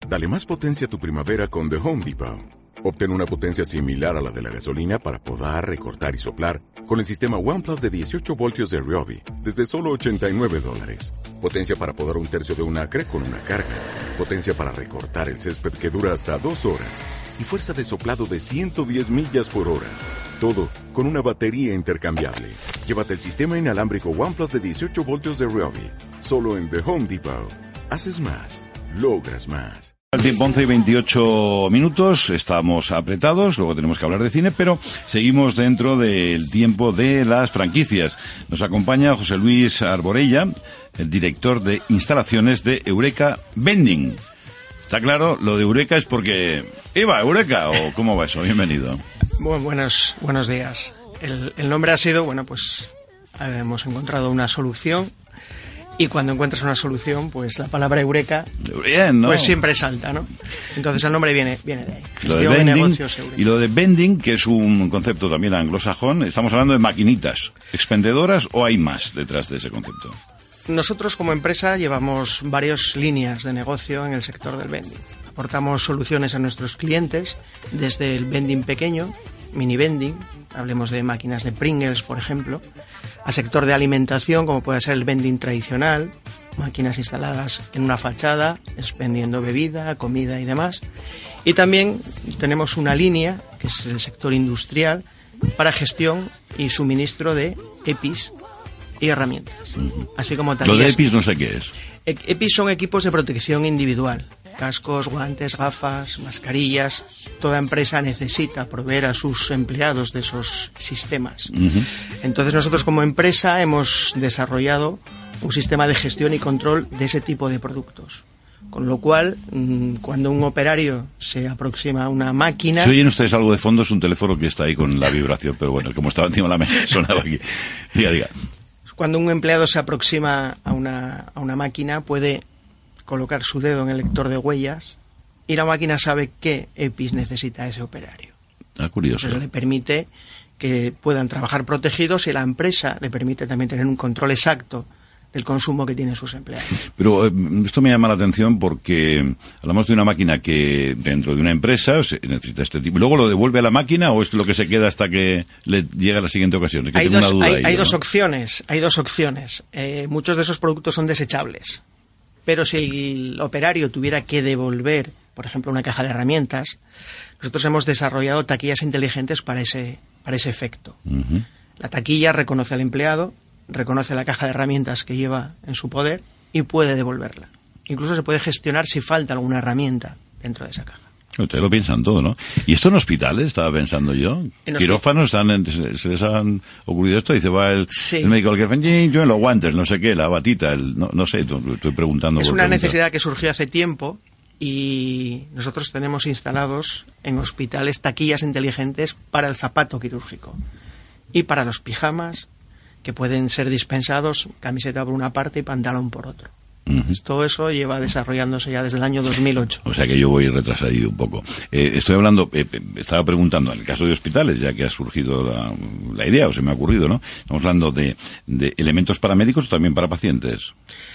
Dale más potencia a tu primavera con The Home Depot. Obtén una potencia similar a la de la gasolina para podar, recortar y soplar con el sistema OnePlus de 18 voltios de Ryobi desde solo $89. Potencia para podar un tercio de un acre con una carga. Potencia para recortar el césped que dura hasta 2 horas. Y fuerza de soplado de 110 millas por hora. Todo con una batería intercambiable. Llévate el sistema inalámbrico OnePlus de 18 voltios de Ryobi. Solo en The Home Depot. Haces más. Logras más. El tiempo 11:28, estamos apretados, luego tenemos que hablar de cine, pero seguimos dentro del tiempo de las franquicias. Nos acompaña José Luis Arborella, el director de instalaciones de Eureka Vending. Está claro, lo de Eureka es porque iba Eureka, ¿o cómo va eso? Bienvenido. Buenos días. El nombre ha sido, hemos encontrado una solución. Y cuando encuentras una solución, pues la palabra Eureka, bien, ¿no? Pues siempre salta, ¿no? Entonces el nombre viene de ahí. Lo de vending, y lo de vending, que es un concepto también anglosajón, estamos hablando de maquinitas expendedoras, ¿o hay más detrás de ese concepto? Nosotros como empresa llevamos varias líneas de negocio en el sector del vending. Aportamos soluciones a nuestros clientes, desde el vending pequeño, mini vending, hablemos de máquinas de Pringles, por ejemplo, a sector de alimentación, como puede ser el vending tradicional, máquinas instaladas en una fachada, vendiendo bebida, comida y demás. Y también tenemos una línea, que es el sector industrial, para gestión y suministro de EPIs y herramientas. Así como taquillas. Lo de EPIs no sé qué es. EPIs son equipos de protección individual. Cascos, guantes, gafas, mascarillas. Toda empresa necesita proveer a sus empleados de esos sistemas. Entonces nosotros como empresa hemos desarrollado un sistema de gestión y control de ese tipo de productos. Con lo cual, cuando un operario se aproxima a una máquina... Si oyen ustedes algo de fondo, es un teléfono que está ahí con la vibración, pero bueno, como estaba encima de la mesa, sonaba aquí. Diga. Cuando un empleado se aproxima a una máquina, puede colocar su dedo en el lector de huellas y la máquina sabe qué EPIs necesita ese operario. Curioso. Entonces le permite que puedan trabajar protegidos y la empresa le permite también tener un control exacto del consumo que tienen sus empleados. Pero esto me llama la atención porque hablamos de una máquina que dentro de una empresa se necesita este tipo. ¿Luego lo devuelve a la máquina o es lo que se queda hasta que le llega a la siguiente ocasión? Es que hay dos opciones. Muchos de esos productos son desechables. Pero si el operario tuviera que devolver, por ejemplo, una caja de herramientas, nosotros hemos desarrollado taquillas inteligentes para ese efecto. La taquilla reconoce al empleado, reconoce la caja de herramientas que lleva en su poder y puede devolverla. Incluso se puede gestionar si falta alguna herramienta dentro de esa caja. Ustedes lo piensan todo, ¿no? ¿Y esto en hospitales? Estaba pensando yo. Quirófanos, se les han ocurrido esto. Dice, va el médico al que yo en los guantes, no sé qué, la batita, no sé, estoy preguntando. Es una necesidad que surgió hace tiempo y nosotros tenemos instalados en hospitales taquillas inteligentes para el zapato quirúrgico y para los pijamas, que pueden ser dispensados, camiseta por una parte y pantalón por otro. Todo eso lleva desarrollándose ya desde el año 2008. O sea que yo voy retrasadito un poco. Estaba preguntando, en el caso de hospitales, ya que ha surgido la idea, o se me ha ocurrido, ¿no? Estamos hablando de elementos paramédicos o también para pacientes.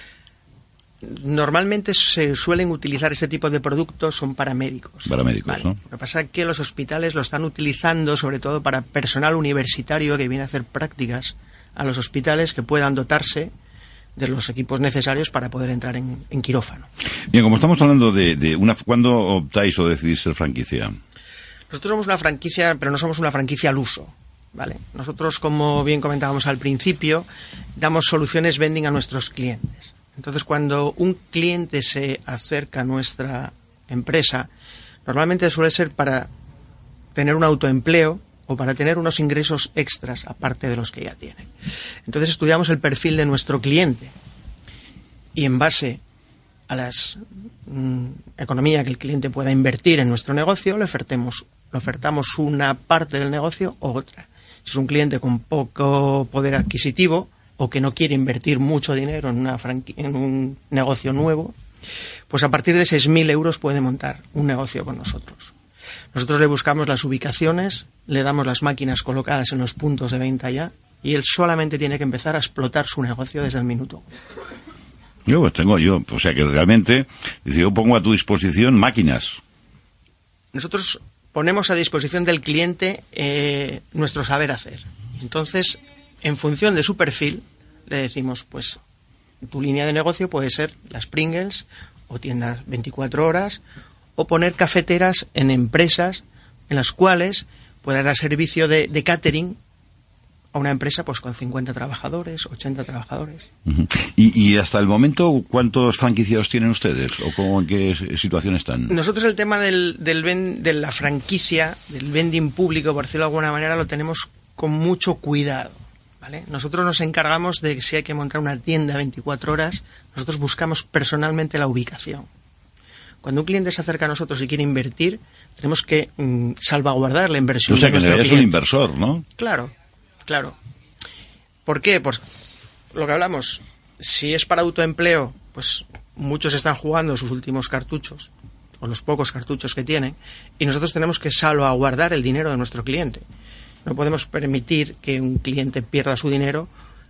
Normalmente se suelen utilizar este tipo de productos, son paramédicos. Paramédicos, ¿no? Lo que pasa es que los hospitales lo están utilizando sobre todo para personal universitario que viene a hacer prácticas a los hospitales, que puedan dotarse de los equipos necesarios para poder entrar en quirófano. Bien, como estamos hablando ¿cuándo optáis o decidís ser franquicia? Nosotros somos una franquicia, pero no somos una franquicia al uso, ¿vale? Nosotros, como bien comentábamos al principio, damos soluciones vending a nuestros clientes. Entonces, cuando un cliente se acerca a nuestra empresa, normalmente suele ser para tener un autoempleo o para tener unos ingresos extras aparte de los que ya tienen. Entonces estudiamos el perfil de nuestro cliente y en base a la economía que el cliente pueda invertir en nuestro negocio, le ofertamos una parte del negocio o otra. Si es un cliente con poco poder adquisitivo o que no quiere invertir mucho dinero en un negocio nuevo, pues a partir de 6.000 euros puede montar un negocio con nosotros. Nosotros le buscamos las ubicaciones, le damos las máquinas colocadas en los puntos de venta ya, y él solamente tiene que empezar a explotar su negocio desde el minuto. O sea que realmente, yo pongo a tu disposición máquinas. Nosotros ponemos a disposición del cliente nuestro saber hacer. Entonces, en función de su perfil, le decimos, pues, tu línea de negocio puede ser las Pringles, o tiendas 24 horas, o poner cafeteras en empresas en las cuales puedas dar servicio de catering a una empresa pues con 50 trabajadores, 80 trabajadores. Uh-huh. Y hasta el momento, ¿cuántos franquiciados tienen ustedes? ¿O en qué situación están? Nosotros el tema de la franquicia, del vending público, por decirlo de alguna manera, lo tenemos con mucho cuidado, ¿vale? Nosotros nos encargamos de que si hay que montar una tienda 24 horas, nosotros buscamos personalmente la ubicación. Cuando un cliente se acerca a nosotros y quiere invertir, tenemos que salvaguardar la inversión. O sea, de que en realidad es un inversor, ¿no? Claro. ¿Por qué? Pues lo que hablamos, si es para autoempleo, pues muchos están jugando sus últimos cartuchos, o los pocos cartuchos que tienen, y nosotros tenemos que salvaguardar el dinero de nuestro cliente. No podemos permitir que un cliente pierda su dinero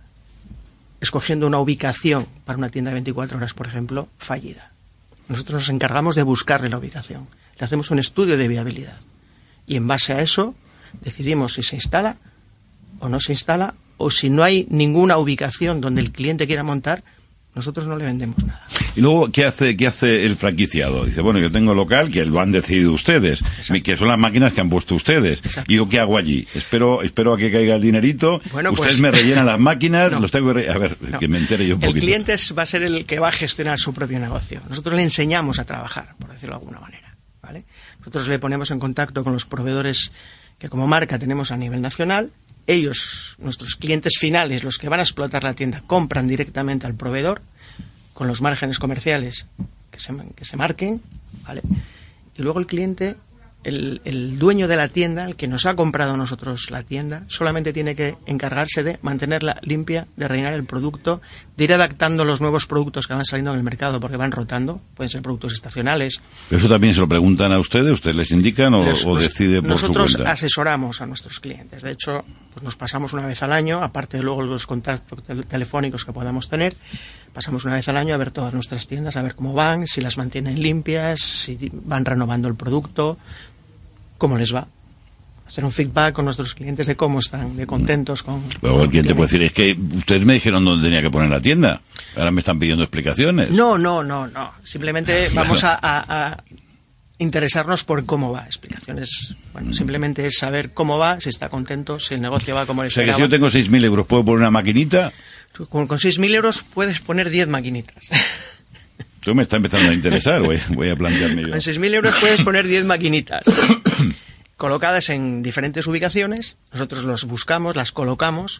escogiendo una ubicación para una tienda de 24 horas, por ejemplo, fallida. Nosotros nos encargamos de buscarle la ubicación. Le hacemos un estudio de viabilidad. Y en base a eso decidimos si se instala o no se instala, o si no hay ninguna ubicación donde el cliente quiera montar, nosotros no le vendemos nada. Y luego, ¿qué hace el franquiciado? Dice, bueno, yo tengo local que lo han decidido ustedes, que son las máquinas que han puesto ustedes. Exacto. ¿Y yo qué hago allí? Espero a que caiga el dinerito, bueno, ustedes pues, me rellenan las máquinas, no, los tengo que... A ver, no. Que me entere yo un poquito. El cliente va a ser el que va a gestionar su propio negocio. Nosotros le enseñamos a trabajar, por decirlo de alguna manera, ¿vale? Nosotros le ponemos en contacto con los proveedores que como marca tenemos a nivel nacional. Ellos, nuestros clientes finales, los que van a explotar la tienda, compran directamente al proveedor con los márgenes comerciales que se marquen, ¿vale? Y luego el cliente, el dueño de la tienda, el que nos ha comprado a nosotros la tienda, solamente tiene que encargarse de mantenerla limpia, de rellenar el producto, de ir adaptando los nuevos productos que van saliendo en el mercado porque van rotando, pueden ser productos estacionales. ¿Pero eso también se lo preguntan a ustedes? ¿Ustedes les indican o decide por su cuenta? Nosotros asesoramos a nuestros clientes. De hecho, pues nos pasamos una vez al año, aparte de luego los contactos telefónicos que podamos tener, pasamos una vez al año a ver todas nuestras tiendas, a ver cómo van, si las mantienen limpias, si van renovando el producto, cómo les va. Hacer un feedback con nuestros clientes de cómo están, de contentos con... Pero el cliente puede decir, es que ustedes me dijeron dónde tenía que poner la tienda, ahora me están pidiendo explicaciones. No. Simplemente vamos a interesarnos por cómo va. Explicaciones, bueno, simplemente es saber cómo va, si está contento, si el negocio va como le esperaba. O sea, que si yo tengo 6.000 euros, ¿puedo poner una maquinita? Con 6.000 euros puedes poner 10 maquinitas. Tú me está empezando a interesar, voy a plantearme yo. Con 6.000 euros puedes poner 10 maquinitas colocadas en diferentes ubicaciones. Nosotros los buscamos, las colocamos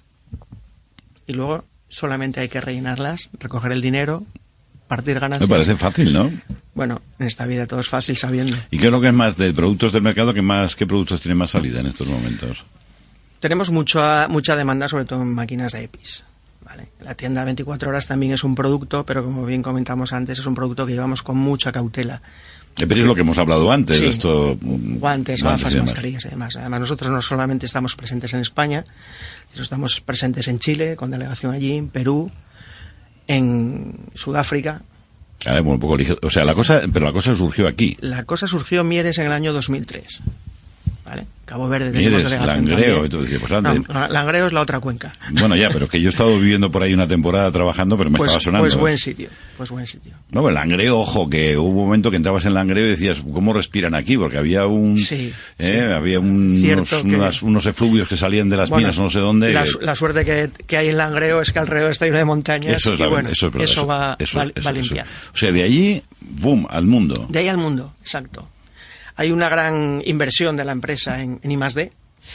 y luego solamente hay que rellenarlas, recoger el dinero, partir ganancias. Me parece fácil, ¿no? Bueno, en esta vida todo es fácil sabiendo. ¿Y qué es lo que es más de productos del mercado? ¿Qué productos tienen más salida en estos momentos? Tenemos mucha demanda, sobre todo en máquinas de EPIs. ¿Vale? La tienda 24 horas también es un producto, pero como bien comentamos antes, es un producto que llevamos con mucha cautela. Pero es lo que hemos hablado antes. Sí, esto, guantes, gafas, mascarillas y demás. Además, nosotros no solamente estamos presentes en España, estamos presentes en Chile, con delegación allí, en Perú, en Sudáfrica. Un poco, o sea, la cosa surgió aquí. La cosa surgió en Mieres en el año 2003. ¿Vale? Cabo Verde tenemos Mieres, delegación Langreo, y tú decías, pues antes... No, Langreo es la otra cuenca. Bueno, ya, pero es que yo he estado viviendo por ahí una temporada trabajando, pero me estaba sonando. Pues buen sitio. No, pero Langreo, ojo, que hubo un momento que entrabas en Langreo y decías, ¿cómo respiran aquí? Porque había había unos efluvios que salían de las minas o no sé dónde. La suerte que hay en Langreo es que alrededor está lleno de montañas eso va a limpiar. O sea, de allí, boom, al mundo. De ahí al mundo, exacto. Hay una gran inversión de la empresa en I+D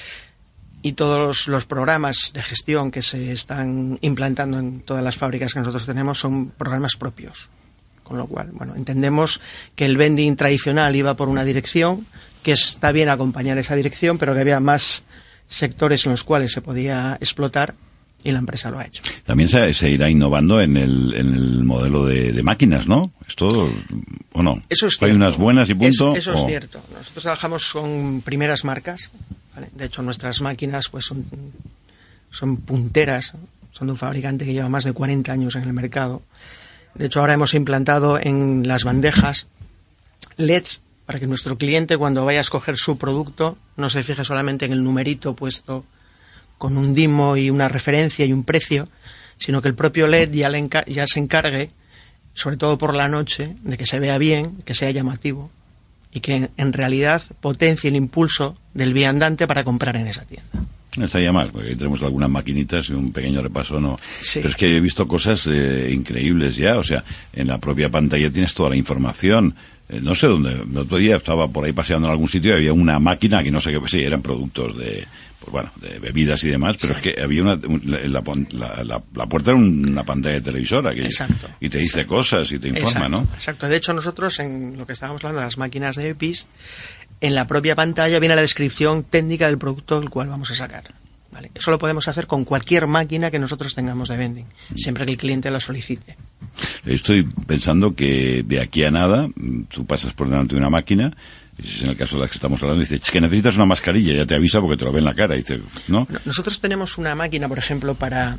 y todos los programas de gestión que se están implantando en todas las fábricas que nosotros tenemos son programas propios. Con lo cual, bueno, entendemos que el vending tradicional iba por una dirección, que está bien acompañar esa dirección, pero que había más sectores en los cuales se podía explotar y la empresa lo ha hecho. También se irá innovando en el modelo de máquinas, ¿no? ¿Esto o no? Eso es cierto. Hay unas buenas y punto. Eso es cierto. Nosotros trabajamos con primeras marcas, ¿vale? De hecho, nuestras máquinas pues son punteras, son de un fabricante que lleva más de 40 años en el mercado. De hecho, ahora hemos implantado en las bandejas LEDs para que nuestro cliente, cuando vaya a escoger su producto, no se fije solamente en el numerito puesto con un dimo y una referencia y un precio, sino que el propio LED ya se encargue, sobre todo por la noche, de que se vea bien, que sea llamativo y que en realidad potencie el impulso del viandante para comprar en esa tienda. No estaría mal, porque tenemos algunas maquinitas y un pequeño repaso, ¿no? Sí. Pero es que he visto cosas increíbles ya, o sea, en la propia pantalla tienes toda la información. No sé dónde, el otro día estaba por ahí paseando en algún sitio y había una máquina que no sé qué, pues sí, eran productos de bebidas y demás, pero es que había la puerta era una pantalla de televisora que, y te dice cosas y te informa, ¿no? Exacto. De hecho, nosotros en lo que estábamos hablando de las máquinas de EPIs, en la propia pantalla viene la descripción técnica del producto del cual vamos a sacar. ¿Vale? Eso lo podemos hacer con cualquier máquina que nosotros tengamos de vending, siempre que el cliente lo solicite. Estoy pensando que de aquí a nada tú pasas por delante de una máquina, y en el caso de la que estamos hablando, dices que necesitas una mascarilla, ya te avisa porque te lo ve en la cara, dice, ¿no? Nosotros tenemos una máquina, por ejemplo, para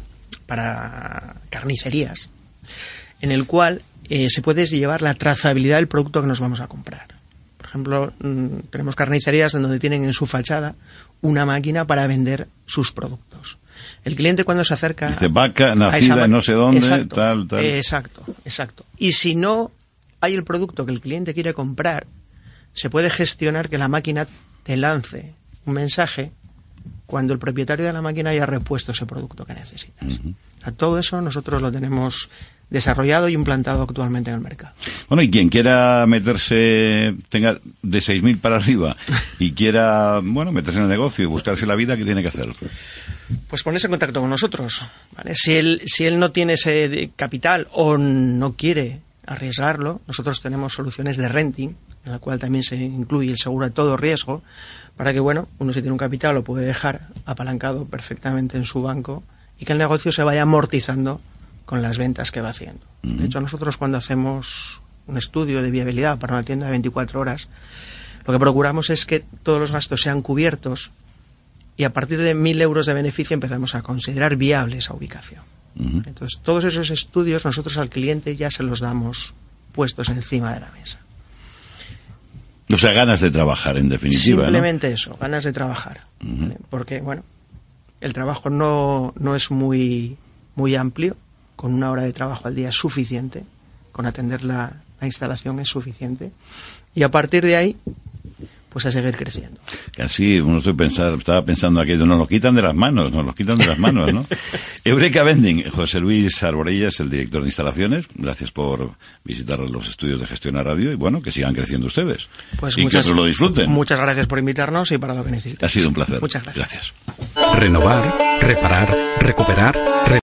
carnicerías, en el cual se puede llevar la trazabilidad del producto que nos vamos a comprar. Por ejemplo, tenemos carnicerías en donde tienen en su fachada una máquina para vender sus productos. El cliente, cuando se acerca... Dice vaca nacida en no sé dónde, exacto, tal. Exacto. Y si no hay el producto que el cliente quiere comprar, se puede gestionar que la máquina te lance un mensaje cuando el propietario de la máquina haya repuesto ese producto que necesitas. A todo eso nosotros lo tenemos desarrollado y implantado actualmente en el mercado. Bueno, y quien quiera meterse, tenga de 6.000 para arriba y quiera, meterse en el negocio y buscarse la vida, ¿qué tiene que hacer? Pues ponerse en contacto con nosotros, ¿vale? Si él no tiene ese capital o no quiere arriesgarlo, nosotros tenemos soluciones de renting, en la cual también se incluye el seguro de todo riesgo, para que, uno si tiene un capital lo puede dejar apalancado perfectamente en su banco y que el negocio se vaya amortizando con las ventas que va haciendo. De hecho, nosotros cuando hacemos un estudio de viabilidad para una tienda de 24 horas, lo que procuramos es que todos los gastos sean cubiertos y a partir de 1.000 euros de beneficio empezamos a considerar viable esa ubicación. Entonces, todos esos estudios nosotros al cliente ya se los damos puestos encima de la mesa. O sea, ganas de trabajar, en definitiva, simplemente, ¿no? Eso, ganas de trabajar. ¿Vale? Porque, el trabajo no es muy amplio. Con 1 hora de trabajo al día es suficiente. Con atender la instalación es suficiente. Y a partir de ahí, pues a seguir creciendo. Casi estaba pensando aquí, nos lo quitan de las manos, ¿no? Eureka Vending, José Luis Arborella es el director de instalaciones. Gracias por visitar los estudios de Gestión a Radio y que sigan creciendo ustedes. Pues y que otros lo disfruten. Muchas gracias por invitarnos y para lo que necesiten. Ha sido un placer. Muchas gracias. Gracias. Renovar, reparar, recuperar,